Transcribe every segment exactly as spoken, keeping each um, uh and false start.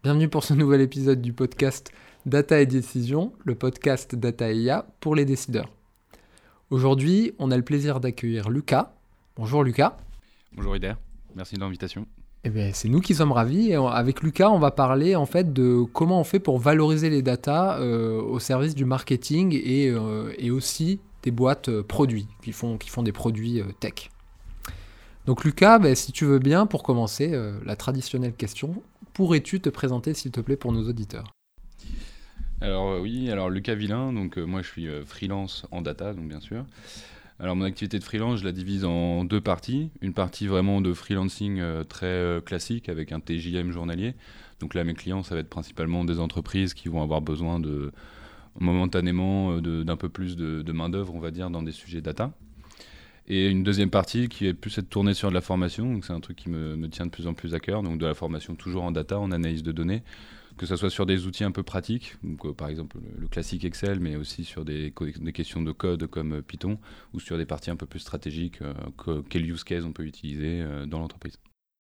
Bienvenue pour ce nouvel épisode du podcast Data et Décision, le podcast Data et I A pour les décideurs. Aujourd'hui, on a le plaisir d'accueillir Lucas. Bonjour Lucas. Bonjour Ider, merci de l'invitation. Eh bien, c'est nous qui sommes ravis. Et avec Lucas, on va parler en fait de comment on fait pour valoriser les datas euh, au service du marketing et, euh, et aussi des boîtes euh, produits qui font, qui font des produits euh, tech. Donc Lucas, ben, si tu veux bien, pour commencer, euh, la traditionnelle question, pourrais-tu te présenter s'il te plaît pour nos auditeurs ? Alors euh, oui, alors Lucas Villain, donc euh, moi je suis euh, freelance en data, donc bien sûr. Alors mon activité de freelance, je la divise en deux parties. Une partie vraiment de freelancing euh, très euh, classique avec un T J M journalier. Donc là mes clients, ça va être principalement des entreprises qui vont avoir besoin de momentanément euh, de, d'un peu plus de, de main d'œuvre, on va dire, dans des sujets data. Et une deuxième partie qui est plus être tournée sur de la formation, donc c'est un truc qui me, me tient de plus en plus à cœur, donc de la formation toujours en data, en analyse de données, que ce soit sur des outils un peu pratiques, donc, euh, par exemple le, le classique Excel, mais aussi sur des, des questions de code comme euh, Python, ou sur des parties un peu plus stratégiques, euh, que, quel use case on peut utiliser euh, dans l'entreprise.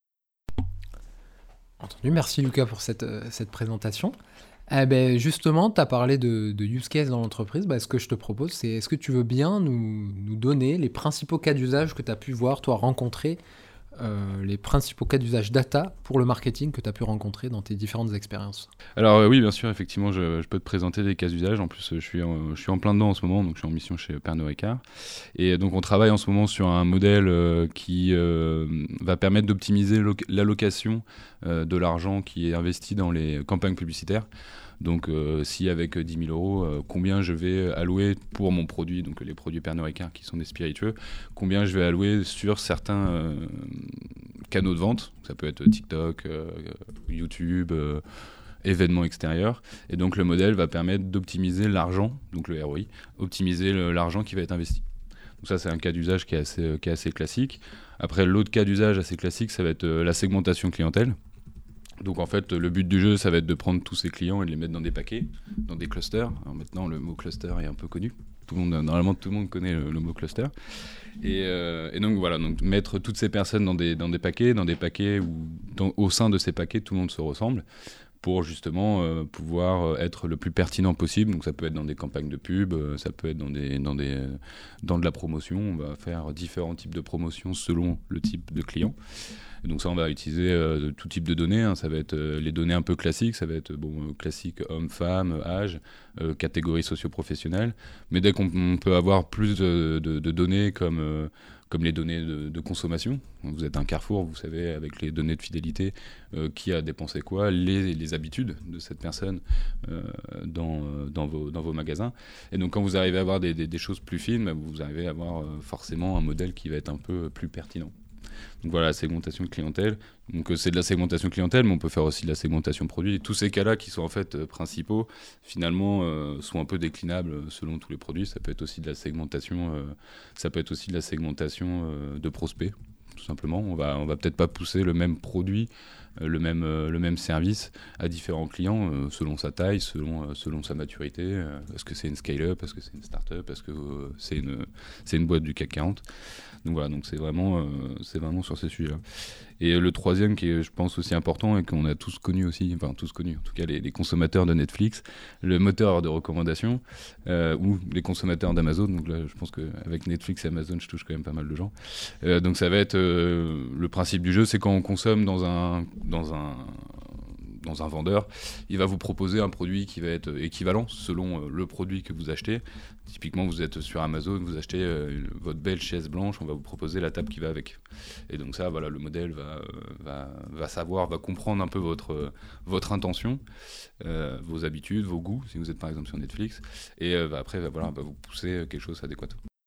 Entendu, merci Lucas pour cette, euh, cette présentation. Eh ben justement, tu as parlé de, de use case dans l'entreprise. Ben, ce que je te propose, c'est est-ce que tu veux bien nous, nous donner les principaux cas d'usage que tu as pu voir, toi, rencontrer, euh, les principaux cas d'usage data pour le marketing que tu as pu rencontrer dans tes différentes expériences ? Alors euh, oui, bien sûr, effectivement, je, je peux te présenter des cas d'usage. En plus, je suis, en, je suis en plein dedans en ce moment, donc je suis en mission chez Pernod Ricard. Et donc, on travaille en ce moment sur un modèle euh, qui euh, va permettre d'optimiser l'allocation euh, de l'argent qui est investi dans les campagnes publicitaires. Donc, euh, si avec dix mille euros, euh, combien je vais allouer pour mon produit, donc les produits Pernod Ricard qui sont des spiritueux, combien je vais allouer sur certains euh, canaux de vente, ça peut être TikTok, euh, YouTube, euh, événements extérieurs. Et donc, le modèle va permettre d'optimiser l'argent, donc le R O I, optimiser le, l'argent qui va être investi. Donc ça, c'est un cas d'usage qui est assez, qui est assez classique. Après, l'autre cas d'usage assez classique, ça va être euh, la segmentation clientèle. Donc en fait, le but du jeu, ça va être de prendre tous ces clients et de les mettre dans des paquets, dans des clusters. Alors maintenant, le mot cluster est un peu connu. Tout le monde, normalement, tout le monde connaît le, le mot cluster. Et, euh, et donc voilà, donc mettre toutes ces personnes dans des, dans des paquets, dans des paquets où dans, au sein de ces paquets, tout le monde se ressemble, pour justement euh, pouvoir être le plus pertinent possible. Donc ça peut être dans des campagnes de pub, ça peut être dans, des, dans, des, dans de la promotion. On va faire différents types de promotions selon le type de client. Et donc ça, on va utiliser euh, tout type de données. Hein. Ça va être euh, les données un peu classiques. Ça va être bon, euh, classique homme, femme, âge, euh, catégorie socio-professionnelle. Mais dès qu'on on peut avoir plus de, de, de données comme, euh, comme les données de, de consommation. Vous êtes un Carrefour, vous savez, avec les données de fidélité, euh, qui a dépensé quoi, les, les habitudes de cette personne euh, dans, dans, vos, dans vos magasins. Et donc quand vous arrivez à avoir des, des, des choses plus fines, bah, vous arrivez à avoir euh, forcément un modèle qui va être un peu plus pertinent. Donc voilà, la segmentation de clientèle. Donc euh, c'est de la segmentation clientèle, mais on peut faire aussi de la segmentation produit. Et tous ces cas-là qui sont en fait euh, principaux, finalement, euh, sont un peu déclinables selon tous les produits. Ça peut être aussi de la segmentation, euh, ça peut être aussi de la segmentation euh, de prospects, tout simplement. On va, on va peut-être pas pousser le même produit, euh, le même, euh, le même service à différents clients euh, selon sa taille, selon, euh, selon sa maturité. Euh, est-ce que c'est une scale-up, est-ce que c'est une start-up, est-ce que euh, c'est une, c'est une boîte du C A C quarante. Donc voilà, donc c'est vraiment, euh, c'est vraiment sur ces sujets-là. Et le troisième qui est, je pense, aussi important et qu'on a tous connu aussi, enfin tous connu, en tout cas les, les consommateurs de Netflix, le moteur de recommandation, euh, ou les consommateurs d'Amazon. Donc là, je pense qu'avec Netflix et Amazon, je touche quand même pas mal de gens. Euh, donc ça va être, euh, le principe du jeu, c'est quand on consomme dans un, dans un, dans un vendeur, il va vous proposer un produit qui va être équivalent selon le produit que vous achetez. Typiquement, vous êtes sur Amazon, vous achetez euh, votre belle chaise blanche, on va vous proposer la table qui va avec. Et donc ça, voilà, le modèle va, va, va savoir, va comprendre un peu votre, votre intention, euh, vos habitudes, vos goûts, si vous êtes par exemple sur Netflix, et euh, après, va, voilà, va vous pousser quelque chose d'adéquat.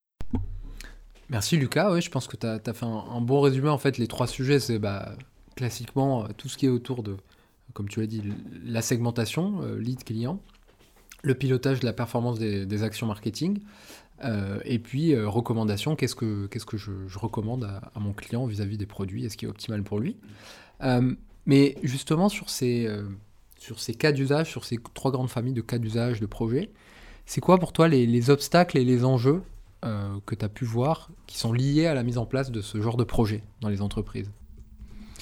Merci Lucas, ouais, je pense que tu as fait un, un bon résumé. En fait, les trois sujets, c'est bah, classiquement tout ce qui est autour de, comme tu l'as dit, la segmentation, euh, lead client, le pilotage de la performance des, des actions marketing, euh, et puis euh, recommandation, qu'est-ce que, qu'est-ce que je, je recommande à, à mon client vis-à-vis des produits, est-ce qui est optimal pour lui. Euh, mais justement, sur ces, euh, sur ces cas d'usage, sur ces trois grandes familles de cas d'usage, de projets, c'est quoi pour toi les, les obstacles et les enjeux euh, que tu as pu voir qui sont liés à la mise en place de ce genre de projet dans les entreprises ?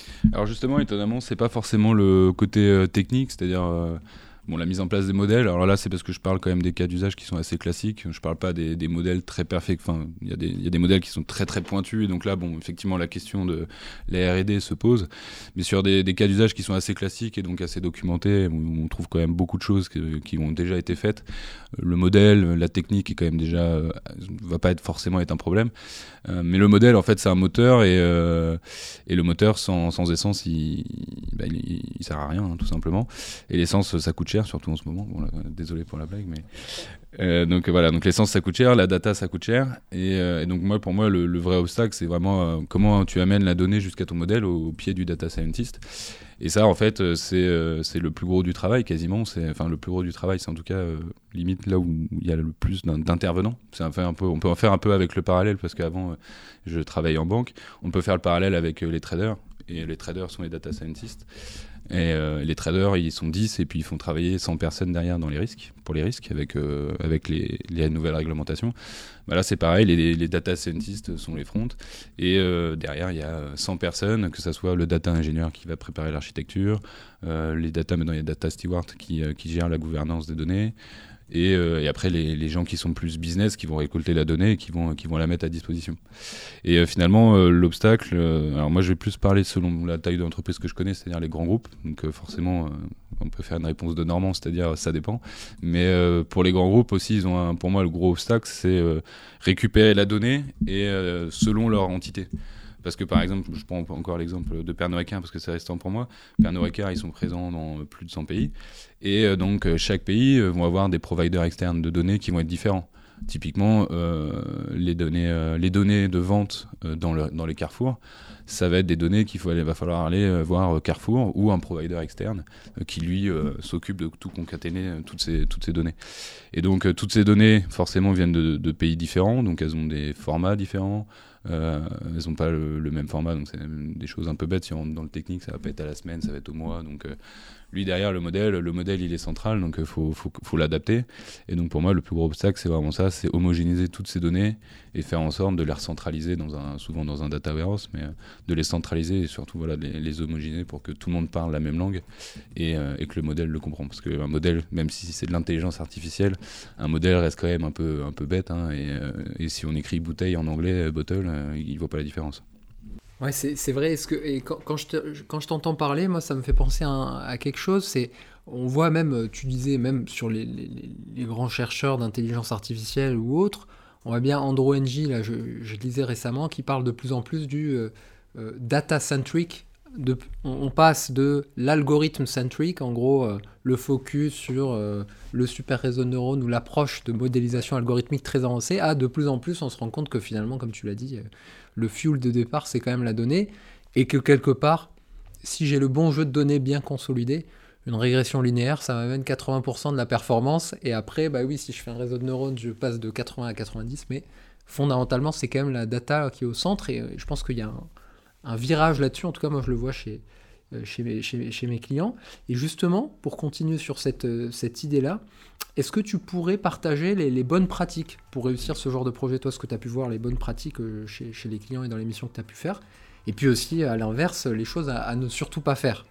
Alors justement, étonnamment, c'est pas forcément le côté euh, technique, c'est-à-dire euh, bon, la mise en place des modèles. Alors là, c'est parce que je parle quand même des cas d'usage qui sont assez classiques. Je parle pas des, des modèles très parfaits. Enfin, il y a des, il y a des modèles qui sont très très pointus. Et donc là, bon, effectivement, la question de la R et D se pose. Mais sur des, des cas d'usage qui sont assez classiques et donc assez documentés, où on trouve quand même beaucoup de choses qui, qui ont déjà été faites. Le modèle, la technique est quand même déjà euh, va pas être forcément être un problème. Euh, mais le modèle, en fait, c'est un moteur et, euh, et le moteur sans, sans essence, il, bah, il, il sert à rien, hein, tout simplement. Et l'essence, ça coûte cher, surtout en ce moment. Bon, là, désolé pour la blague, mais euh, donc voilà. Donc l'essence, ça coûte cher, la data, ça coûte cher. Et, euh, et donc moi, pour moi, le, le vrai obstacle, c'est vraiment euh, comment tu amènes la donnée jusqu'à ton modèle au, au pied du data scientist. Et ça, en fait, c'est, euh, c'est le plus gros du travail, quasiment. C'est, enfin, le plus gros du travail, c'est en tout cas euh, limite là où il y a le plus d'intervenants. C'est un, un peu, on peut en faire un peu avec le parallèle, parce qu'avant, euh, je travaillais en banque. On peut faire le parallèle avec euh, les traders. Et les traders sont les data scientists. Et euh, les traders, ils sont dix et puis ils font travailler cent personnes derrière dans les risques, pour les risques, avec, euh, avec les, les nouvelles réglementations. Bah là, c'est pareil, les, les data scientists sont les fronts. Et euh, derrière, il y a cent personnes, que ce soit le data ingénieur qui va préparer l'architecture, euh, les data, maintenant il y a data steward qui, euh, qui gèrent la gouvernance des données. Et, euh, et après, les, les gens qui sont plus business, qui vont récolter la donnée et qui vont, qui vont la mettre à disposition. Et euh, finalement, euh, l'obstacle, euh, alors moi je vais plus parler selon la taille de l'entreprise que je connais, c'est-à-dire les grands groupes. Donc euh, forcément, euh, on peut faire une réponse de Normand, c'est-à-dire ça dépend. Mais euh, pour les grands groupes aussi, ils ont un, pour moi, le gros obstacle, c'est euh, récupérer la donnée et euh, selon leur entité. Parce que par exemple, je prends encore l'exemple de Pernod Ricard parce que c'est restant pour moi. Pernod Ricard, ils sont présents dans plus de cent pays. Et euh, donc, chaque pays euh, vont avoir des providers externes de données qui vont être différents. Typiquement, euh, les, données, euh, les données de vente euh, dans, le, dans les carrefours, ça va être des données qu'il faut aller, va falloir aller euh, voir Carrefour ou un provider externe euh, qui, lui, euh, s'occupe de tout concaténer, euh, toutes, ces, toutes ces données. Et donc, euh, toutes ces données, forcément, viennent de, de pays différents. Donc, elles ont des formats différents. Euh, elles n'ont pas le, le même format, donc c'est des choses un peu bêtes. Si on rentre dans le technique, ça va pas être à la semaine, ça va être au mois. Donc euh, lui derrière le modèle, le modèle il est central, donc il euh, faut, faut, faut l'adapter. Et donc pour moi le plus gros obstacle c'est vraiment ça, c'est homogénéiser toutes ces données et faire en sorte de les recentraliser dans un, souvent dans un data warehouse, mais euh, de les centraliser et surtout voilà de les, les homogénéiser pour que tout le monde parle la même langue et, euh, et que le modèle le comprend. Parce qu'un modèle, même si c'est de l'intelligence artificielle, un modèle reste quand même un peu, un peu bête. Hein, et, euh, et si on écrit bouteille en anglais, bottle, euh, il ne voit pas la différence. Ouais, c'est, c'est vrai. Est-ce que, et quand, quand, je te, quand je t'entends parler, moi, ça me fait penser à, à quelque chose. C'est, on voit même, tu disais, même sur les, les, les grands chercheurs d'intelligence artificielle ou autres, on voit bien Andrew Ng, là, je, je lisais récemment, qui parle de plus en plus du euh, euh, data-centric. De, on, on passe de l'algorithme-centric, en gros, euh, le focus sur euh, le super réseau de neurones ou l'approche de modélisation algorithmique très avancée, à de plus en plus, on se rend compte que finalement, comme tu l'as dit, euh, le fuel de départ, c'est quand même la donnée, et que quelque part, si j'ai le bon jeu de données bien consolidé, une régression linéaire, ça m'amène quatre-vingts pour cent de la performance, et après, bah oui, si je fais un réseau de neurones, je passe de quatre-vingts à quatre-vingt-dix, mais fondamentalement, c'est quand même la data qui est au centre, et je pense qu'il y a un, un virage là-dessus, en tout cas, moi je le vois chez, chez, mes, chez, chez mes clients. Et justement, pour continuer sur cette, cette idée-là, est-ce que tu pourrais partager les, les bonnes pratiques pour réussir ce genre de projet, toi, ce que tu as pu voir, les bonnes pratiques chez, chez les clients et dans les missions que tu as pu faire, et puis aussi, à l'inverse, les choses à, à ne surtout pas faire?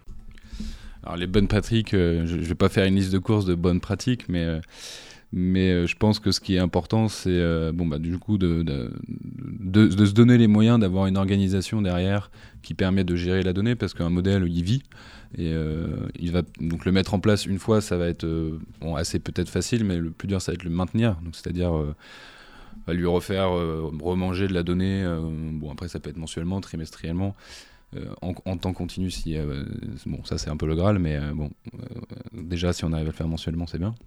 Alors les bonnes pratiques, euh, je ne vais pas faire une liste de courses de bonnes pratiques, mais, euh, mais euh, je pense que ce qui est important, c'est euh, bon, bah, du coup de, de, de, de se donner les moyens d'avoir une organisation derrière qui permet de gérer la donnée, parce qu'un modèle, il vit. Et euh, il va donc le mettre en place une fois, ça va être euh, bon, assez peut-être facile, mais le plus dur, ça va être le maintenir. Donc, c'est-à-dire euh, va lui refaire euh, remanger de la donnée. Euh, bon, après, ça peut être mensuellement, trimestriellement. Euh, en, en temps continu, si, euh, bon, ça c'est un peu le Graal, mais euh, bon, euh, déjà si on arrive à le faire mensuellement, c'est bien.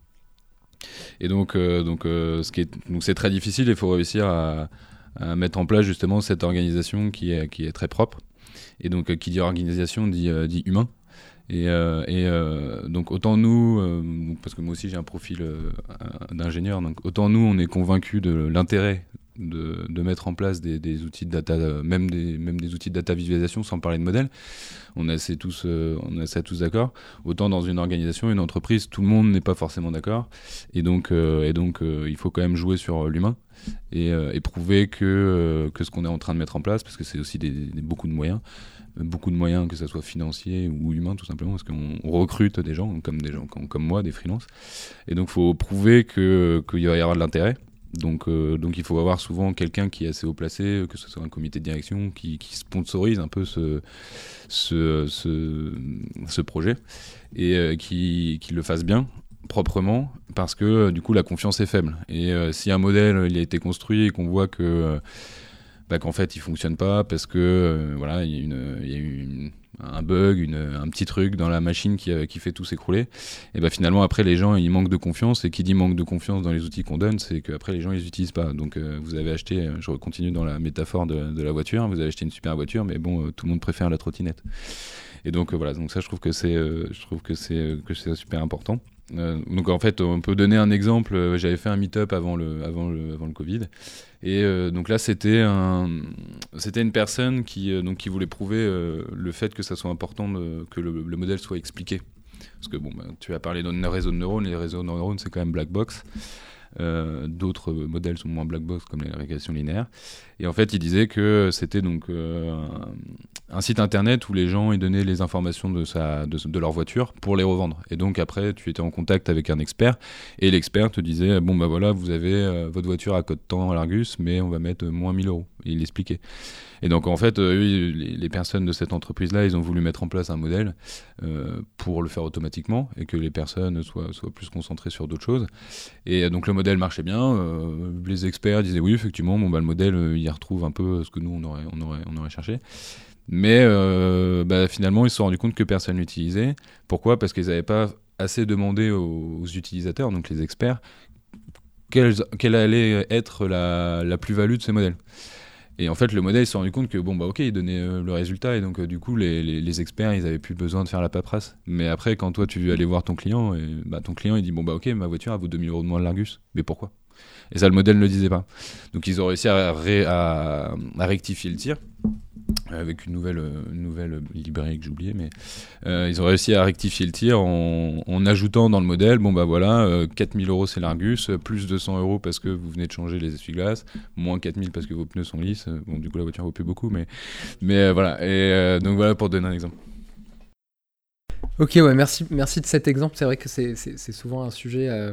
Et donc, euh, donc, euh, ce qui est, donc c'est très difficile, il faut réussir à, à mettre en place justement cette organisation qui est, qui est très propre. Et donc, euh, qui dit organisation dit, euh, dit humain. Et, euh, et euh, donc autant nous, euh, parce que moi aussi j'ai un profil euh, d'ingénieur, donc autant nous on est convaincus de l'intérêt de, de mettre en place des, des outils de data, même des, même des outils de data visualisation, sans parler de modèle. On est assez tous, euh, on est assez tous d'accord. Autant dans une organisation, une entreprise, tout le monde n'est pas forcément d'accord. Et donc, euh, et donc euh, il faut quand même jouer sur l'humain et, euh, et prouver que, euh, que ce qu'on est en train de mettre en place, parce que c'est aussi des, des, beaucoup de moyens, beaucoup de moyens, que ce soit financiers ou humains tout simplement, parce qu'on on recrute des gens comme des gens comme, comme moi, des freelances, et donc il faut prouver que qu'il va y avoir de l'intérêt. Donc, euh, donc il faut avoir souvent quelqu'un qui est assez haut placé, que ce soit un comité de direction, qui, qui sponsorise un peu ce, ce, ce, ce projet et euh, qui, qui le fasse bien, proprement, parce que euh, du coup la confiance est faible. Et euh, si un modèle il a été construit et qu'on voit que euh, bah, qu'en fait il fonctionne pas parce que euh, voilà, il y a une, il y a une, un bug, une, un petit truc dans la machine qui, euh, qui fait tout s'écrouler, et bah finalement après les gens ils manquent de confiance, et qui dit manque de confiance dans les outils qu'on donne, c'est qu'après les gens ils utilisent pas. Donc euh, vous avez acheté, je continue dans la métaphore de, de la voiture, vous avez acheté une super voiture, mais bon euh, tout le monde préfère la trottinette. Et donc euh, voilà, donc ça je trouve que c'est, euh, je trouve que c'est, euh, que c'est super important. Euh, donc en fait on peut donner un exemple. J'avais fait un meet-up avant le, avant le, avant le Covid, et euh, donc là c'était, un, c'était une personne qui, euh, donc, qui voulait prouver euh, le fait que ça soit important de, que le, le modèle soit expliqué, parce que bon, bah, tu as parlé d'un réseau de neurones, les réseaux de neurones c'est quand même black box. Euh, d'autres modèles sont moins black box comme les régressions linéaires, et en fait il disait que c'était donc euh, un, un site internet où les gens ils donnaient les informations de, sa, de, de leur voiture pour les revendre, et donc après tu étais en contact avec un expert, et l'expert te disait bon bah voilà, vous avez euh, votre voiture à code temps à l'Argus, mais on va mettre moins mille euros, et il l'expliquait. Et donc en fait, euh, les, les personnes de cette entreprise-là, ils ont voulu mettre en place un modèle euh, pour le faire automatiquement, et que les personnes soient, soient plus concentrées sur d'autres choses. Et euh, donc le modèle marchait bien. Euh, les experts disaient oui, effectivement, bon, bah, le modèle, euh, il retrouve un peu ce que nous, on aurait, on aurait, on aurait cherché. Mais euh, bah, finalement, ils se sont rendus compte que personne l'utilisait. Pourquoi ? Parce qu'ils n'avaient pas assez demandé aux, aux utilisateurs, donc les experts, quelle, quelle allait être la, la plus-value de ces modèles. Et en fait, le modèle, il s'est rendu compte que, bon, bah, ok, il donnait euh, le résultat, et donc, euh, du coup, les, les, les experts, ils avaient plus besoin de faire la paperasse. Mais après, quand toi, tu veux aller voir ton client, et, bah, ton client, il dit, bon, bah, ok, ma voiture, elle vaut deux mille euros de moins de l'Argus. Mais pourquoi ? Et ça, le modèle ne le disait pas. Donc, ils ont réussi à, ré, à, à rectifier le tir, avec une nouvelle, une nouvelle librairie que j'ai oubliée, mais euh, ils ont réussi à rectifier le tir en, en ajoutant dans le modèle, bon bah voilà, euh, quatre mille euros c'est l'Argus, plus deux cents euros parce que vous venez de changer les essuie-glaces, moins quatre mille parce que vos pneus sont lisses. Bon, du coup la voiture vaut plus beaucoup, mais, mais euh, voilà. Et euh, donc voilà pour donner un exemple. Ok, ouais, merci, merci de cet exemple. C'est vrai que c'est, c'est, c'est souvent un sujet euh,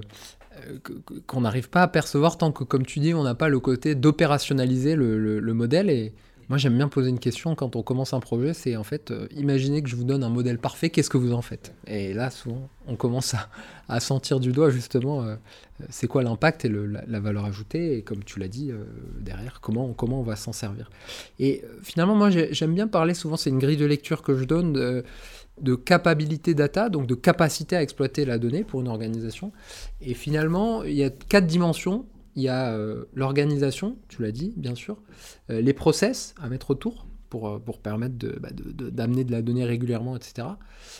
qu'on n'arrive pas à percevoir tant que, comme tu dis, on n'a pas le côté d'opérationnaliser le, le, le modèle. Et moi, j'aime bien poser une question quand on commence un projet, c'est en fait, euh, imaginez que je vous donne un modèle parfait, qu'est-ce que vous en faites ? Et là, souvent, on commence à, à sentir du doigt, justement, euh, c'est quoi l'impact et le, la, la valeur ajoutée, et comme tu l'as dit, euh, derrière, comment, comment on va s'en servir. Et euh, finalement, moi, j'ai, j'aime bien parler, souvent, c'est une grille de lecture que je donne, de, de capabilité data, donc de capacité à exploiter la donnée pour une organisation. Et finalement, il y a quatre dimensions. Il y a euh, l'organisation, tu l'as dit, bien sûr, euh, les process à mettre autour pour, euh, pour permettre de, bah, de, de, d'amener de la donnée régulièrement, et cetera.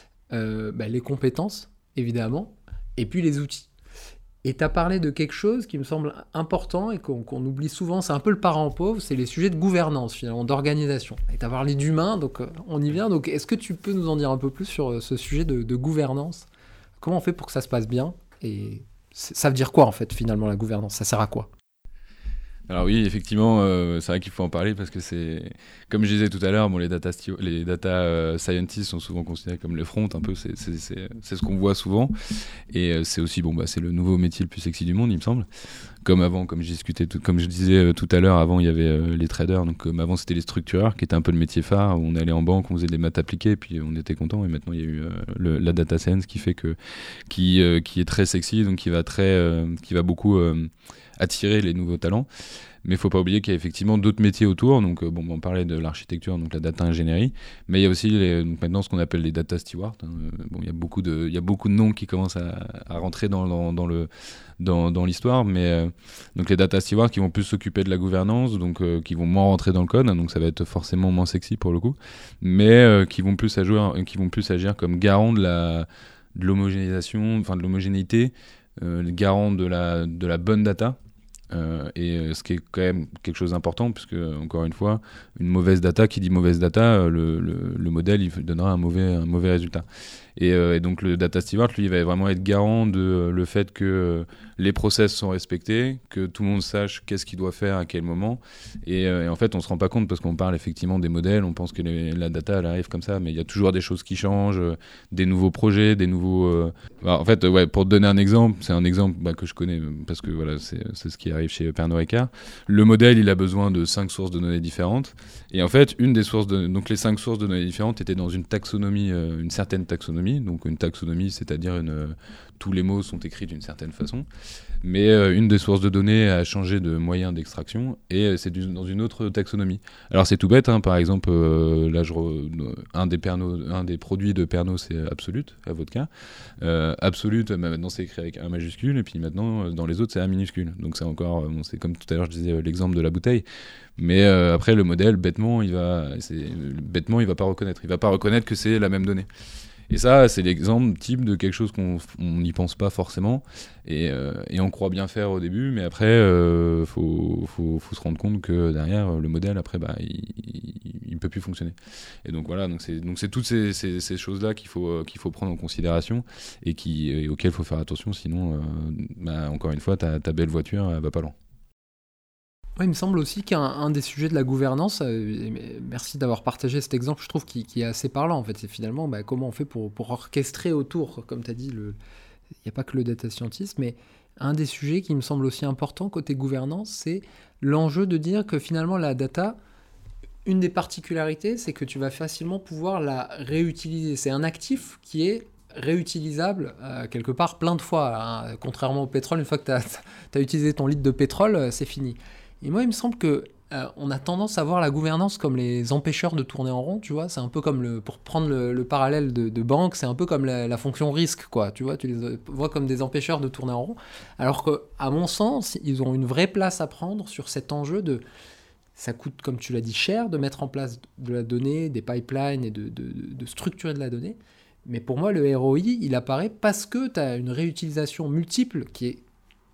Euh, bah, les compétences, évidemment, et puis les outils. Et tu as parlé de quelque chose qui me semble important et qu'on, qu'on oublie souvent, c'est un peu le parent pauvre, c'est les sujets de gouvernance, finalement, d'organisation. Et tu as parlé d'humain, donc euh, on y vient. Donc est-ce que tu peux nous en dire un peu plus sur euh, ce sujet de, de gouvernance ? Comment on fait pour que ça se passe bien ? Et ça veut dire quoi, en fait, finalement, la gouvernance ? Ça sert à quoi ? Alors oui, effectivement, euh, c'est vrai qu'il faut en parler parce que c'est, comme je disais tout à l'heure, bon, les data, sti- les data euh, scientists sont souvent considérés comme le front, un peu, c'est, c'est, c'est, c'est ce qu'on voit souvent. Et euh, c'est aussi, bon, bah, c'est le nouveau métier le plus sexy du monde, il me semble. Comme avant, comme je discutais, tout, comme je disais euh, tout à l'heure, avant il y avait euh, les traders, donc comme avant c'était les structureurs qui étaient un peu le métier phare, où on allait en banque, on faisait des maths appliquées, puis on était content. Et maintenant il y a eu euh, le, la data science qui fait que, qui, euh, qui est très sexy, donc qui va très, euh, qui va beaucoup euh, attirer les nouveaux talents. Mais il ne faut pas oublier qu'il y a effectivement d'autres métiers autour. Donc, euh, bon, on parlait de l'architecture, donc la data ingénierie, mais il y a aussi les, donc maintenant ce qu'on appelle les data stewards. Hein. Bon, il y a beaucoup de, il y a beaucoup de noms qui commencent à, à rentrer dans, dans, dans, le, dans, dans l'histoire, mais euh, donc les data stewards qui vont plus s'occuper de la gouvernance, donc euh, qui vont moins rentrer dans le code, hein, donc ça va être forcément moins sexy pour le coup, mais euh, qui vont plus agir, qui vont plus agir comme garant de la, de l'homogénéisation, enfin de l'homogénéité, euh, garant de la, de la bonne data. euh, et ce qui est quand même quelque chose d'important, puisque, encore une fois, une mauvaise data, qui dit mauvaise data, le, le, le modèle il donnera un mauvais, un mauvais résultat. Et, euh, et donc le data steward, lui, il va vraiment être garant de euh, le fait que euh, les process sont respectés, que tout le monde sache qu'est-ce qu'il doit faire à quel moment. Et, euh, et en fait, on se rend pas compte parce qu'on parle effectivement des modèles, on pense que les, la data, elle arrive comme ça, mais il y a toujours des choses qui changent, euh, des nouveaux projets, des nouveaux... Euh... Bah, en fait, euh, ouais, pour te donner un exemple, c'est un exemple bah, que je connais parce que voilà, c'est, c'est ce qui arrive chez Pernod Ricard. Le modèle, il a besoin de cinq sources de données différentes. Et en fait, une des sources de... donc les cinq sources de données différentes étaient dans une taxonomie, euh, une certaine taxonomie. Donc une taxonomie, c'est-à-dire une, euh, tous les mots sont écrits d'une certaine façon, mais euh, une des sources de données a changé de moyen d'extraction et euh, c'est du, dans une autre taxonomie. Alors c'est tout bête, hein, par exemple, euh, là, je re, un, des Pernod, un des produits de Pernod, c'est Absolut, la vodka. Euh, Absolut, bah, maintenant c'est écrit avec un majuscule, et puis maintenant dans les autres c'est un minuscule. Donc c'est encore, bon, c'est comme tout à l'heure je disais l'exemple de la bouteille. Mais euh, après le modèle, bêtement, il va, c'est, bêtement, il va pas reconnaître. Il va pas reconnaître que c'est la même donnée. Et ça, c'est l'exemple type de quelque chose qu'on n'y pense pas forcément et, euh, et on croit bien faire au début, mais après, il euh, faut, faut, faut se rendre compte que derrière, le modèle, après, bah, il ne peut plus fonctionner. Et donc voilà, donc c'est, donc c'est toutes ces, ces, ces choses-là qu'il faut, qu'il faut prendre en considération et, qui, et auxquelles il faut faire attention, sinon, euh, bah, encore une fois, ta, ta belle voiture, elle va pas loin. Ouais, il me semble aussi qu'un un des sujets de la gouvernance, euh, merci d'avoir partagé cet exemple, je trouve, qui, qui est assez parlant, en fait. C'est finalement bah, comment on fait pour, pour orchestrer autour, comme tu as dit, il n'y a pas que le data scientist, mais un des sujets qui me semble aussi important côté gouvernance, c'est l'enjeu de dire que finalement la data, une des particularités, c'est que tu vas facilement pouvoir la réutiliser. C'est un actif qui est réutilisable euh, quelque part plein de fois, hein. Contrairement au pétrole, une fois que tu as utilisé ton litre de pétrole, euh, c'est fini. Et moi, il me semble que euh, on a tendance à voir la gouvernance comme les empêcheurs de tourner en rond, tu vois. C'est un peu comme, le, pour prendre le, le parallèle de, de banque, c'est un peu comme la, la fonction risque, quoi. Tu vois, tu les vois comme des empêcheurs de tourner en rond. Alors qu'à mon sens, ils ont une vraie place à prendre sur cet enjeu de... Ça coûte, comme tu l'as dit, cher de mettre en place de la donnée, des pipelines et de, de, de structurer de la donnée. Mais pour moi, le R O I, il apparaît parce que tu as une réutilisation multiple qui est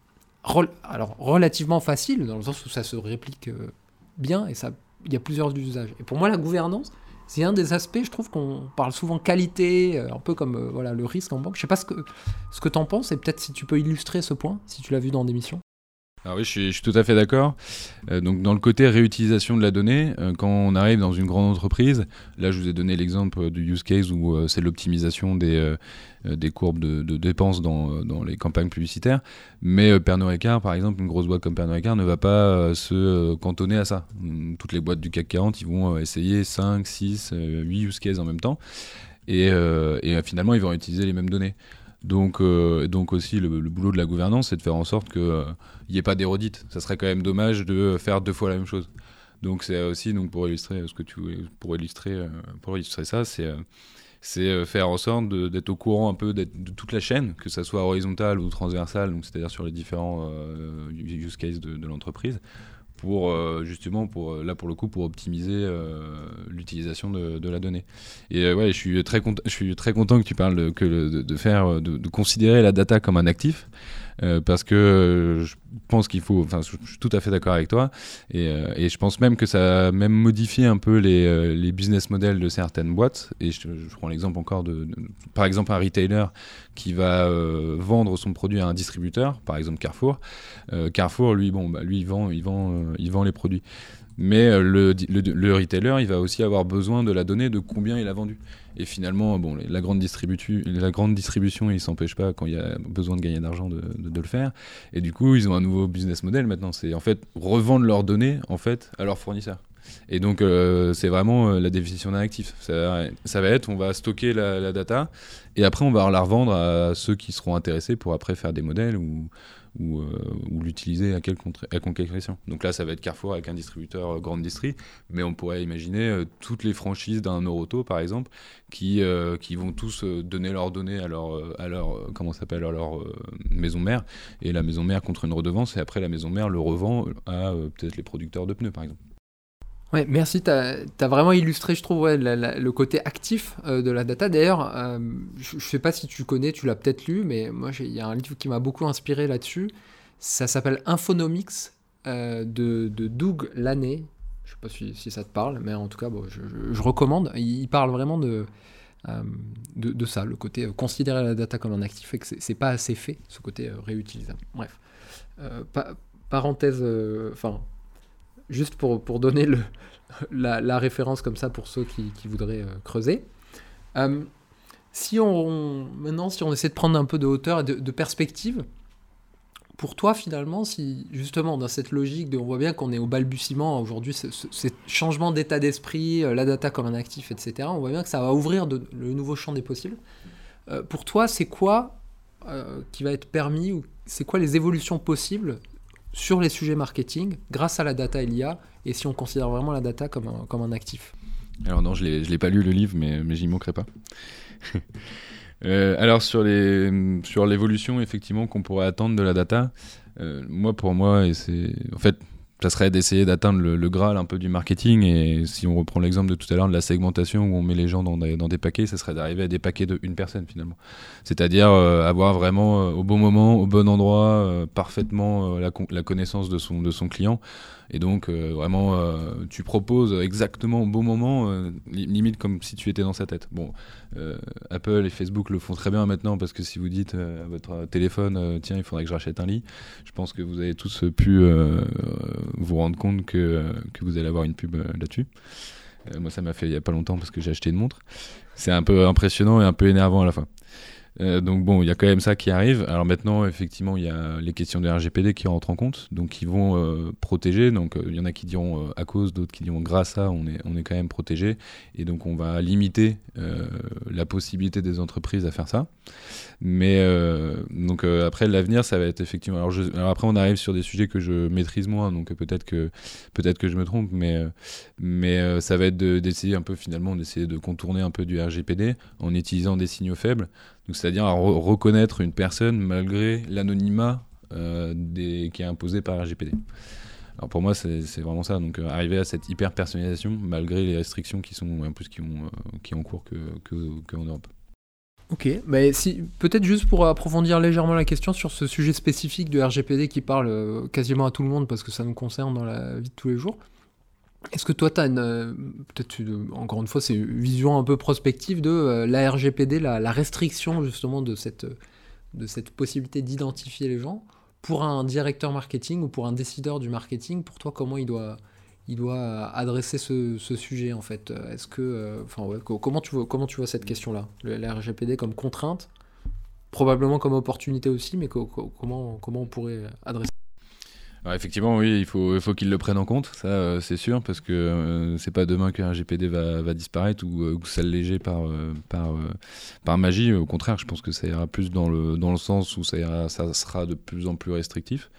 Rel- alors relativement facile, dans le sens où ça se réplique euh, bien et ça, il y a plusieurs usages. Et pour moi, la gouvernance, c'est un des aspects, je trouve qu'on parle souvent qualité, euh, un peu comme euh, voilà, le risque en banque. Je sais pas ce que, ce que tu en penses et peut-être si tu peux illustrer ce point, si tu l'as vu dans des missions. Alors oui, je suis, je suis tout à fait d'accord. Euh, donc dans le côté réutilisation de la donnée, euh, quand on arrive dans une grande entreprise, là je vous ai donné l'exemple du use case où euh, c'est l'optimisation des, euh, des courbes de, de dépenses dans, dans les campagnes publicitaires. Mais euh, Pernod Ricard, par exemple, une grosse boîte comme Pernod Ricard ne va pas euh, se euh, cantonner à ça. Toutes les boîtes du C A C quarante, ils vont euh, essayer cinq, six, huit use cases en même temps. Et, euh, et euh, finalement, ils vont utiliser les mêmes données. Donc, euh, donc aussi, le, le boulot de la gouvernance, c'est de faire en sorte qu'il euh, n'y ait pas d'érodite. Ça serait quand même dommage de faire deux fois la même chose. Donc c'est aussi, donc pour illustrer ce que tu pour illustrer, euh, pour illustrer ça, c'est euh, c'est faire en sorte de, d'être au courant un peu de toute la chaîne, que ça soit horizontale ou transversale, donc c'est-à-dire sur les différents euh, use cases de, de l'entreprise, pour euh, justement pour là pour le coup pour optimiser euh, l'utilisation de, de la donnée. Et euh, ouais, je suis très content, je suis très content que tu parles de, que de, de faire de, de considérer la data comme un actif. Euh, parce que euh, je pense qu'il faut, enfin, je, je suis tout à fait d'accord avec toi, et, euh, et je pense même que ça a même modifié un peu les, euh, les business models de certaines boîtes. Et je, je prends l'exemple encore de, de, par exemple, un retailer qui va euh, vendre son produit à un distributeur, par exemple Carrefour. Euh, Carrefour, lui, bon, bah, lui, il vend, il vend, euh, il vend les produits. Mais euh, le, le, le retailer, il va aussi avoir besoin de la donnée de combien il a vendu. Et finalement, bon, la grande, distributu- la grande distribution, il ne s'empêche pas quand il y a besoin de gagner d'argent de, de, de le faire. Et du coup, ils ont un nouveau business model maintenant. C'est en fait revendre leurs données en fait, à leurs fournisseurs. Et donc, euh, c'est vraiment euh, la définition d'un actif. Ça, ça va être, on va stocker la, la data et après, on va la revendre à ceux qui seront intéressés pour après faire des modèles ou... Ou, euh, ou l'utiliser à, quelle contré- à quelque question. Donc là, ça va être Carrefour avec un distributeur euh, grande distri, mais on pourrait imaginer euh, toutes les franchises d'un Noroto, par exemple, qui, euh, qui vont tous euh, donner leurs données à leur, euh, à leur, euh, comment ça s'appelle, à leur euh, maison mère, et la maison mère contre une redevance, et après la maison mère le revend à euh, peut-être les producteurs de pneus, par exemple. Ouais, merci, tu as vraiment illustré, je trouve, ouais, la, la, le côté actif euh, de la data. D'ailleurs, euh, je ne sais pas si tu connais, tu l'as peut-être lu, mais moi, il y a un livre qui m'a beaucoup inspiré là-dessus. Ça s'appelle Infonomics euh, de, de Doug Laney. Je ne sais pas si, si ça te parle, mais en tout cas, bon, je, je, je recommande. Il, il parle vraiment de, euh, de, de ça, le côté euh, considérer la data comme un actif et que c'est, c'est pas assez fait, ce côté euh, réutilisable. Bref. Euh, pa- parenthèse, enfin, euh, juste pour, pour donner le, la, la référence comme ça pour ceux qui, qui voudraient euh, creuser. Euh, si on, maintenant, si on essaie de prendre un peu de hauteur et de, de perspective, pour toi, finalement, si justement dans cette logique de, on voit bien qu'on est au balbutiement aujourd'hui, ce, ce, ce changement d'état d'esprit, la data comme un actif, et cetera, on voit bien que ça va ouvrir de, le nouveau champ des possibles. Euh, pour toi, c'est quoi euh, qui va être permis, ou c'est quoi les évolutions possibles sur les sujets marketing grâce à la data et l'I A, et si on considère vraiment la data comme un, comme un actif? Alors non, je ne l'ai pas lu le livre, mais, mais j'y manquerai pas. Euh, alors sur les sur l'évolution effectivement qu'on pourrait attendre de la data, euh, moi pour moi et c'est en fait ça serait d'essayer d'atteindre le, le graal un peu du marketing, et si on reprend l'exemple de tout à l'heure de la segmentation où on met les gens dans des, dans des paquets, ça serait d'arriver à des paquets de une personne finalement, c'est-à-dire euh, avoir vraiment euh, au bon moment, au bon endroit, euh, parfaitement euh, la, la connaissance de son, de son client. Et donc, euh, vraiment, euh, tu proposes exactement au bon moment, euh, limite comme si tu étais dans sa tête. Bon, euh, Apple et Facebook le font très bien maintenant, parce que si vous dites euh, à votre téléphone, euh, tiens, il faudrait que je rachète un lit, je pense que vous avez tous pu euh, vous rendre compte que, euh, que vous allez avoir une pub euh, là-dessus. Euh, moi, ça m'a fait il n'y a pas longtemps, parce que j'ai acheté une montre. C'est un peu impressionnant et un peu énervant à la fois. Euh, donc bon, il y a quand même ça qui arrive. Alors maintenant, effectivement, il y a les questions de R G P D qui rentrent en compte, donc qui vont euh, protéger. Donc il euh, y en a qui diront euh, à cause, d'autres qui diront grâce à, on est, on est quand même protégé. Et donc on va limiter euh, la possibilité des entreprises à faire ça. Mais euh, donc euh, après, l'avenir, ça va être effectivement... Alors, je, alors après, on arrive sur des sujets que je maîtrise moins, donc peut-être que, peut-être que je me trompe, mais, euh, mais euh, ça va être de, d'essayer un peu finalement, d'essayer de contourner un peu du R G P D en utilisant des signaux faibles. Donc, c'est-à-dire à re- reconnaître une personne malgré l'anonymat euh, des, qui est imposé par R G P D. Alors pour moi, c'est, c'est vraiment ça. Donc euh, arriver à cette hyper personnalisation malgré les restrictions qui sont en plus qui ont euh, qui ont en cours que que qu'en Europe. Ok, mais si, peut-être juste pour approfondir légèrement la question sur ce sujet spécifique de R G P D qui parle euh, quasiment à tout le monde parce que ça nous concerne dans la vie de tous les jours. Est-ce que toi, tu as une, euh, peut-être une, encore une fois, c'est une vision un peu prospective de euh, la R G P D, la, la restriction justement de cette, de cette possibilité d'identifier les gens pour un directeur marketing ou pour un décideur du marketing? Pour toi, comment il doit, il doit adresser ce, ce sujet en fait? Est-ce que, enfin euh, ouais, comment tu vois, comment tu vois cette question-là, le, la R G P D comme contrainte, probablement comme opportunité aussi, mais co- co- comment, comment on pourrait adresser? Alors effectivement, oui, il faut, il faut qu'ils le prennent en compte, ça euh, c'est sûr, parce que euh, c'est pas demain qu'un R G P D va, va disparaître ou, euh, ou s'alléger par, euh, par, euh, par magie. Au contraire, je pense que ça ira plus dans le, dans le sens où ça, ira, ça sera de plus en plus restrictif.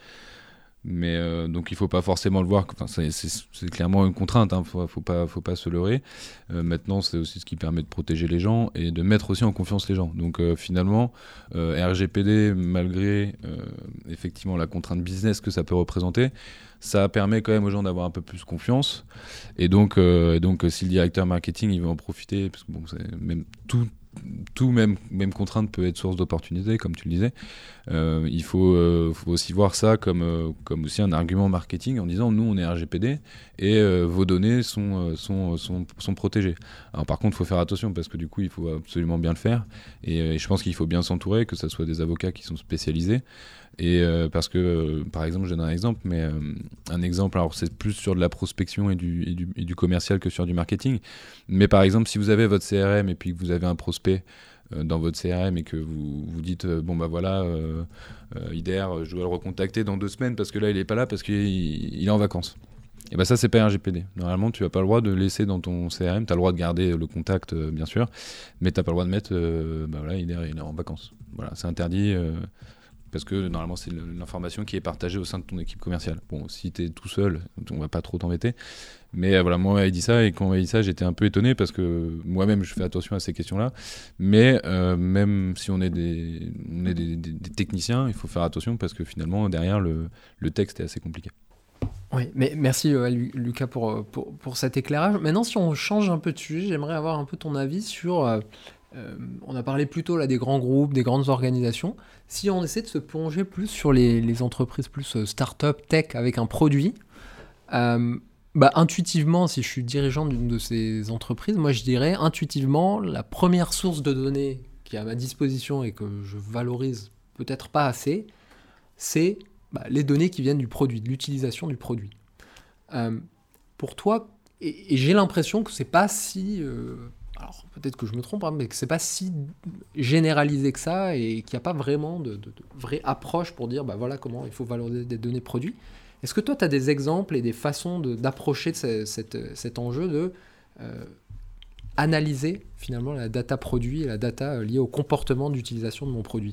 Mais euh, donc il faut pas forcément le voir, enfin, c'est, c'est, c'est clairement une contrainte, hein, faut, faut pas, faut pas se leurrer. Euh, maintenant c'est aussi ce qui permet de protéger les gens et de mettre aussi en confiance les gens. Donc euh, finalement euh, R G P D, malgré euh, effectivement la contrainte business que ça peut représenter, ça permet quand même aux gens d'avoir un peu plus confiance. Et donc, euh, et donc si le directeur marketing il veut en profiter, parce que bon, c'est même tout tout même, même contrainte peut être source d'opportunité, comme tu le disais. Euh, il faut, euh, faut aussi voir ça comme, euh, comme aussi un argument marketing en disant nous on est R G P D et euh, vos données sont, sont, sont, sont protégées. Alors par contre il faut faire attention parce que du coup il faut absolument bien le faire et, et je pense qu'il faut bien s'entourer, que ce soit des avocats qui sont spécialisés. Et euh, parce que, euh, par exemple, je donne un exemple, mais euh, un exemple, alors c'est plus sur de la prospection et du, et, du, et du commercial que sur du marketing. Mais par exemple, si vous avez votre C R M et puis que vous avez un prospect euh, dans votre C R M et que vous vous dites, euh, bon bah voilà, euh, euh, Ider, je dois le recontacter dans deux semaines parce que là, il n'est pas là parce qu'il il est en vacances. Et bien ça, c'est pas R G P D. Normalement, tu n'as pas le droit de laisser dans ton C R M, tu as le droit de garder le contact, euh, bien sûr, mais tu n'as pas le droit de mettre, euh, bah voilà, Ider, il est en vacances. Voilà, c'est interdit. Euh, Parce que normalement, c'est l'information qui est partagée au sein de ton équipe commerciale. Bon, si tu es tout seul, on va pas trop t'embêter. Mais euh, voilà, moi, on m'avait dit ça, et quand on m'avait dit ça, j'étais un peu étonné parce que moi-même, je fais attention à ces questions-là. Mais euh, même si on est, des, on est des, des, des techniciens, il faut faire attention parce que finalement, derrière, le, le texte est assez compliqué. Oui, mais merci euh, Lucas pour, pour, pour cet éclairage. Maintenant, si on change un peu de sujet, j'aimerais avoir un peu ton avis sur... Euh, Euh, on a parlé plutôt là des grands groupes, des grandes organisations. Si on essaie de se plonger plus sur les, les entreprises plus euh, start-up, tech, avec un produit, euh, bah, intuitivement, si je suis dirigeant d'une de ces entreprises, moi je dirais intuitivement, la première source de données qui est à ma disposition et que je valorise peut-être pas assez, c'est bah, les données qui viennent du produit, de l'utilisation du produit. Euh, pour toi, et, et j'ai l'impression que c'est pas si... Euh, alors peut-être que je me trompe, hein, mais que c'est pas si généralisé que ça et qu'il n'y a pas vraiment de, de, de vraie approche pour dire bah voilà comment il faut valoriser des données produits. Est-ce que toi tu as des exemples et des façons de, d'approcher de ce, cette, cet enjeu de euh, analyser finalement la data produit et la data liée au comportement d'utilisation de mon produit?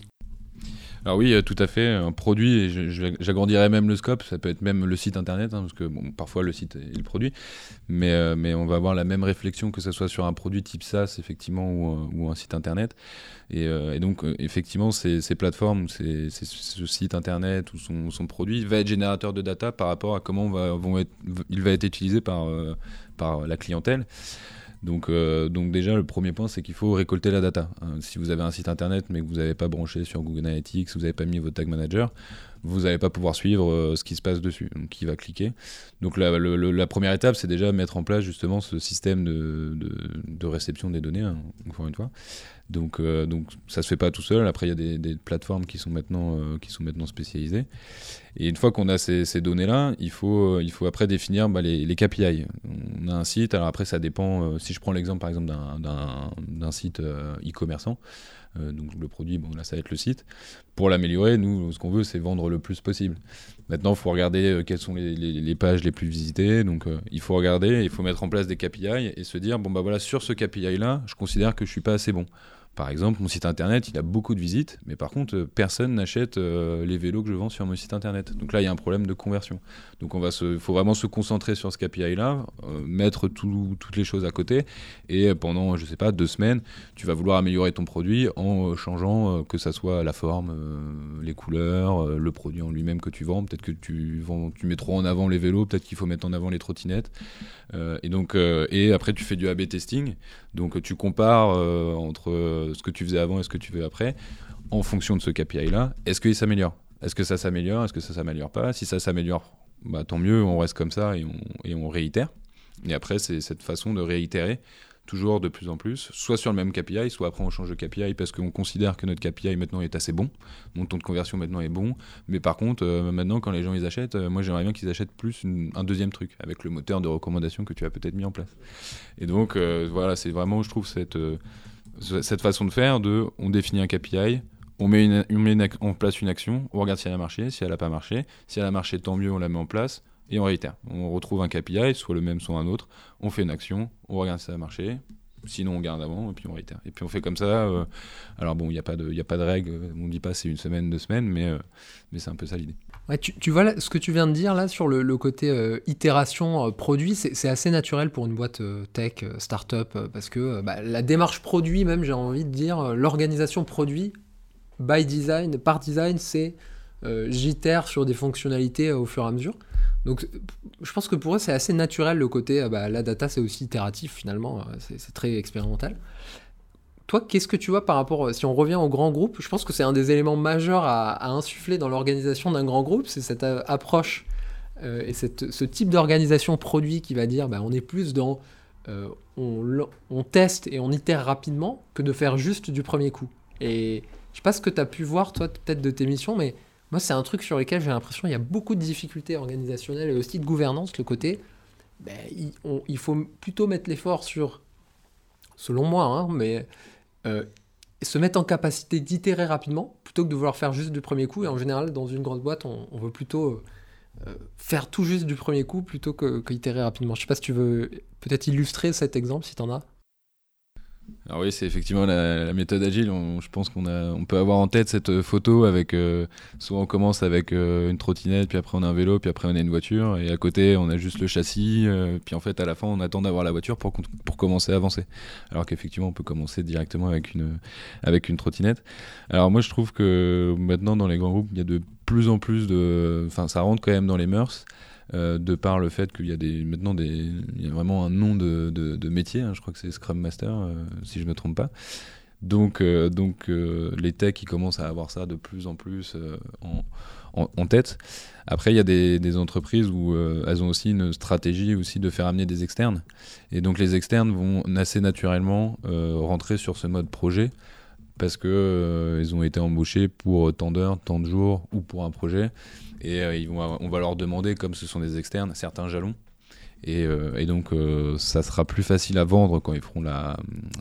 Alors oui, tout à fait. Un produit, et je, je, j'agrandirais même le scope, ça peut être même le site internet, hein, parce que bon, parfois le site est le produit, mais, euh, mais on va avoir la même réflexion que ce soit sur un produit type SaaS, effectivement, ou, ou un site internet. Et, euh, et donc, effectivement, ces, ces plateformes, ces, ces, ce site internet ou son, son produit va être générateur de data par rapport à comment va, vont être, il va être utilisé par, euh, par la clientèle. Donc, euh, donc déjà, le premier point, c'est qu'il faut récolter la data. Hein, si vous avez un site internet, mais que vous n'avez pas branché sur Google Analytics, vous n'avez pas mis votre tag manager, vous n'allez pas pouvoir suivre euh, ce qui se passe dessus. Donc, qui va cliquer. Donc, la, le, le, la première étape, c'est déjà mettre en place justement ce système de, de, de réception des données, hein, encore une fois. Donc, euh, donc, ça se fait pas tout seul. Après, il y a des, des plateformes qui sont maintenant, euh, qui sont maintenant spécialisées. Et une fois qu'on a ces, ces données-là, il faut, il faut après définir bah, les, les K P I. On a un site, alors après ça dépend, euh, si je prends l'exemple par exemple d'un, d'un, d'un site euh, e-commerçant, euh, donc le produit, bon là ça va être le site, pour l'améliorer, nous ce qu'on veut c'est vendre le plus possible. Maintenant il faut regarder euh, quelles sont les, les, les pages les plus visitées, donc euh, il faut regarder, il faut mettre en place des K P I et se dire, bon bah voilà, sur ce K P I-là, je considère que je suis pas assez bon. Par exemple, mon site internet, il a beaucoup de visites, mais par contre, euh, personne n'achète euh, les vélos que je vends sur mon site internet. Donc là, il y a un problème de conversion. Donc il faut vraiment se concentrer sur ce K P I-là, euh, mettre tout, toutes les choses à côté, et pendant, je sais pas, deux semaines, tu vas vouloir améliorer ton produit en euh, changeant, euh, que ça soit la forme, euh, les couleurs, euh, le produit en lui-même que tu vends. Peut-être que tu, vends, tu mets trop en avant les vélos, peut-être qu'il faut mettre en avant les trottinettes. Euh, et, donc, euh, et après, tu fais du A B testing. Donc tu compares euh, entre euh, ce que tu faisais avant et ce que tu veux après, en fonction de ce K P I-là. Est-ce qu'il s'améliore ? Est-ce que ça s'améliore ? Est-ce que ça ne s'améliore pas ? Si ça s'améliore, bah, tant mieux, on reste comme ça et on, et on réitère. Et après, c'est cette façon de réitérer, toujours de plus en plus, soit sur le même K P I, soit après on change de K P I parce qu'on considère que notre K P I maintenant est assez bon, mon taux de conversion maintenant est bon, mais par contre, euh, maintenant quand les gens ils achètent, euh, moi j'aimerais bien qu'ils achètent plus une, un deuxième truc, avec le moteur de recommandation que tu as peut-être mis en place. Et donc euh, voilà, c'est vraiment, je trouve, cette, euh, cette façon de faire, de on définit un K P I, on met, une, on met une, en place une action, on regarde si elle a marché, si elle n'a pas marché, si elle a marché tant mieux, on la met en place, et on réitère. On retrouve un K P I, soit le même, soit un autre, on fait une action, on regarde si ça a marché, sinon on garde avant, et puis on réitère. Et puis on fait comme ça. Euh, alors bon, il n'y a pas de, y a pas de règle, on ne dit pas c'est une semaine, deux semaines, mais, euh, mais c'est un peu ça l'idée. Ouais, tu, tu vois, là, ce que tu viens de dire là sur le, le côté euh, itération euh, produit, c'est, c'est assez naturel pour une boîte euh, tech, euh, start-up, euh, parce que euh, bah, la démarche produit, même j'ai envie de dire, euh, l'organisation produit, by design, par design, c'est euh, j'itère sur des fonctionnalités euh, au fur et à mesure. Donc je pense que pour eux c'est assez naturel le côté, euh, bah, la data c'est aussi itératif finalement, euh, c'est, c'est très expérimental. Toi, qu'est-ce que tu vois par rapport, si on revient au grand groupe, je pense que c'est un des éléments majeurs à, à insuffler dans l'organisation d'un grand groupe, c'est cette euh, approche euh, et cette, ce type d'organisation produit qui va dire bah, on est plus dans euh, on, on teste et on itère rapidement que de faire juste du premier coup. Et je sais pas ce que tu as pu voir toi peut-être de tes missions, mais moi c'est un truc sur lequel j'ai l'impression qu'il y a beaucoup de difficultés organisationnelles et aussi de gouvernance, le côté bah, il, on, il faut plutôt mettre l'effort sur, selon moi, hein, mais Euh, se mettre en capacité d'itérer rapidement plutôt que de vouloir faire juste du premier coup. Et en général, dans une grande boîte, on, on veut plutôt euh, faire tout juste du premier coup plutôt que, que itérer rapidement. Je sais pas si tu veux peut-être illustrer cet exemple, si tu en as. Alors oui, c'est effectivement la, la méthode agile. On, je pense qu'on a, on peut avoir en tête cette photo avec, euh, souvent on commence avec euh, une trottinette, puis après on a un vélo, puis après on a une voiture, et à côté on a juste le châssis, euh, puis en fait à la fin on attend d'avoir la voiture pour, pour commencer à avancer. Alors qu'effectivement on peut commencer directement avec une, avec une trottinette. Alors moi je trouve que maintenant dans les grands groupes, il y a de plus en plus de... Enfin ça rentre quand même dans les mœurs. Euh, de par le fait qu'il y a des, maintenant des, il y a vraiment un nom de, de, de métier, hein, je crois que c'est Scrum Master, euh, si je ne me trompe pas. Donc, euh, donc euh, les techs, ils commencent à avoir ça de plus en plus euh, en, en, en tête. Après, il y a des, des entreprises où euh, elles ont aussi une stratégie aussi de faire amener des externes. Et donc, les externes vont assez naturellement euh, rentrer sur ce mode projet parce qu'ils euh, ont été embauchés pour tant d'heures, tant de jours ou pour un projet. Et euh, ils vont, on va leur demander, comme ce sont des externes, certains jalons. Et, euh, et donc, euh, ça sera plus facile à vendre quand ils feront la,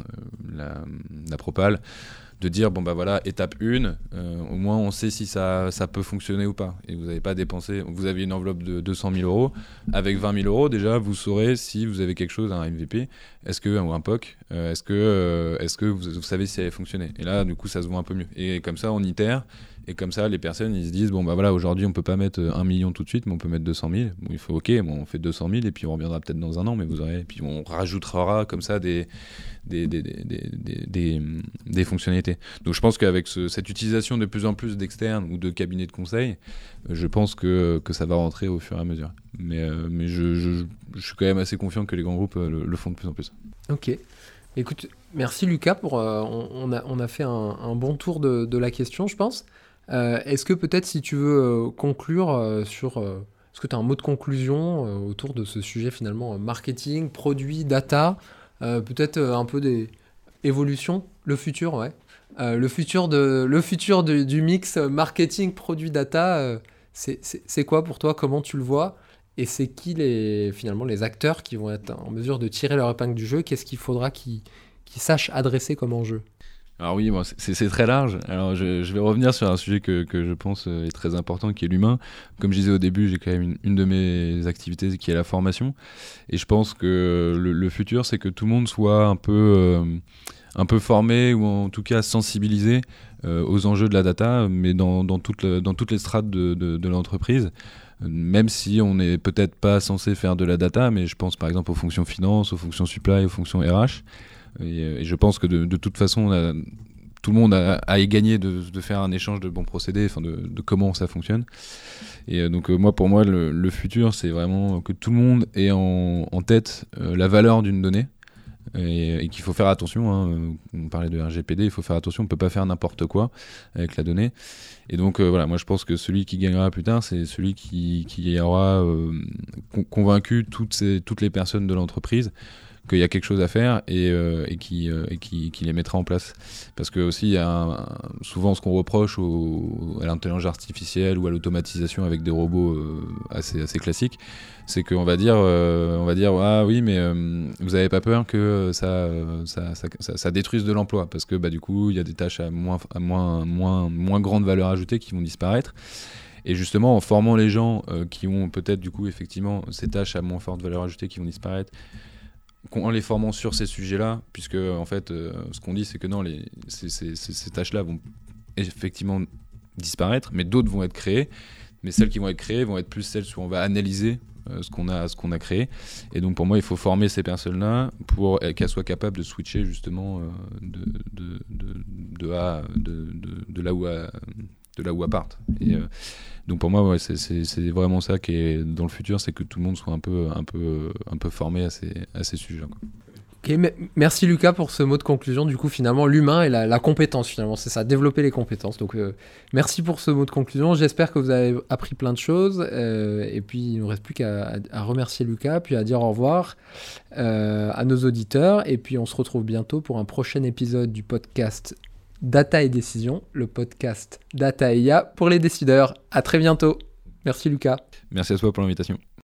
la, la propale, de dire, bon bah voilà, étape un, euh, au moins on sait si ça, ça peut fonctionner ou pas. Et vous n'avez pas dépensé, vous avez une enveloppe de deux cent mille euros, avec vingt mille euros, déjà, vous saurez si vous avez quelque chose, un M V P, est-ce que, ou un P O C, euh, est-ce que, euh, est-ce que vous, vous savez si ça va fonctionner. Et là, du coup, ça se voit un peu mieux. Et comme ça, on itère. Et comme ça, les personnes, ils se disent, bon, bah voilà, aujourd'hui, on peut pas mettre un million tout de suite, mais on peut mettre deux cent mille. Bon, il faut, ok, bon, on fait deux cent mille, et puis on reviendra peut-être dans un an, mais vous aurez, et puis on rajoutera comme ça des, des, des, des, des, des, des fonctionnalités. Donc, je pense qu'avec ce, cette utilisation de plus en plus d'externes ou de cabinets de conseil, je pense que, que ça va rentrer au fur et à mesure. Mais, euh, mais je, je, je suis quand même assez confiant que les grands groupes le, le font de plus en plus. Ok. Écoute, merci Lucas, pour, euh, on, on, a, on a fait un, un bon tour de, de la question, je pense. Euh, est-ce que peut-être, si tu veux euh, conclure euh, sur... Euh, est-ce que tu as un mot de conclusion euh, autour de ce sujet finalement, euh, marketing, produit, data, euh, peut-être euh, un peu des évolutions, le futur, ouais. Euh, le futur, de, le futur de, du mix marketing, produit, data, euh, c'est, c'est, c'est quoi pour toi? Comment tu le vois? Et c'est qui les, finalement les acteurs qui vont être en mesure de tirer leur épingle du jeu? Qu'est-ce qu'il faudra qu'ils, qu'ils sachent adresser comme enjeu? Alors oui, bon, c'est, c'est très large. Alors je, je vais revenir sur un sujet que, que je pense est très important, qui est l'humain. Comme je disais au début, j'ai quand même une, une de mes activités qui est la formation. Et je pense que le, le futur, c'est que tout le monde soit un peu, euh, un peu formé, ou en tout cas sensibilisé euh, aux enjeux de la data, mais dans, dans, toute le, dans toutes les strates de, de, de l'entreprise. Même si on n'est peut-être pas censé faire de la data, mais je pense par exemple aux fonctions finance, aux fonctions supply, aux fonctions R H. Et, et je pense que de, de toute façon, on a, tout le monde a, a y gagné de, de faire un échange de bons procédés, enfin de, de comment ça fonctionne. Et donc euh, moi, pour moi, le, le futur, c'est vraiment que tout le monde ait en, en tête euh, la valeur d'une donnée. Et, et qu'il faut faire attention, hein. On parlait de R G P D, il faut faire attention, on ne peut pas faire n'importe quoi avec la donnée. Et donc euh, voilà, moi je pense que celui qui gagnera plus tard, c'est celui qui, qui aura euh, con- convaincu toutes, ces, toutes les personnes de l'entreprise qu'il y a quelque chose à faire, et, euh, et, qui, euh, et qui, qui les mettra en place. Parce que aussi, il y a un, un, souvent ce qu'on reproche au, à l'intelligence artificielle ou à l'automatisation avec des robots euh, assez, assez classiques, c'est qu'on va dire, euh, on va dire ah oui, mais euh, vous n'avez pas peur que ça, ça, ça, ça, ça détruise de l'emploi, parce que bah, du coup, il y a des tâches à moins, à moins, moins, moins grande valeur ajoutée qui vont disparaître. Et justement, en formant les gens euh, qui ont peut-être du coup effectivement ces tâches à moins forte valeur ajoutée qui vont disparaître, en les formant sur ces sujets-là, puisque en fait, euh, ce qu'on dit, c'est que non, les, ces, ces, ces, ces tâches-là vont effectivement disparaître, mais d'autres vont être créées. Mais celles qui vont être créées vont être plus celles où on va analyser euh, ce qu'on a, ce qu'on a créé. Et donc pour moi, il faut former ces personnes-là pour qu'elles soient capables de switcher justement euh, de, de, de, de, à, de, de, de là où à, de là où elles partent. Et euh, donc pour moi, ouais, c'est, c'est, c'est vraiment ça qui est dans le futur, c'est que tout le monde soit un peu, un peu, un peu formé à ces, à ces sujets-là, quoi. Okay, merci Lucas pour ce mot de conclusion. Du coup, finalement, l'humain et la, la compétence, finalement, c'est ça, développer les compétences. Donc, euh, merci pour ce mot de conclusion. J'espère que vous avez appris plein de choses. Euh, et puis, il ne nous reste plus qu'à à, à remercier Lucas, puis à dire au revoir euh, à nos auditeurs. Et puis, on se retrouve bientôt pour un prochain épisode du podcast Data et Décision, le podcast Data et I A pour les décideurs. À très bientôt. Merci Lucas. Merci à toi pour l'invitation.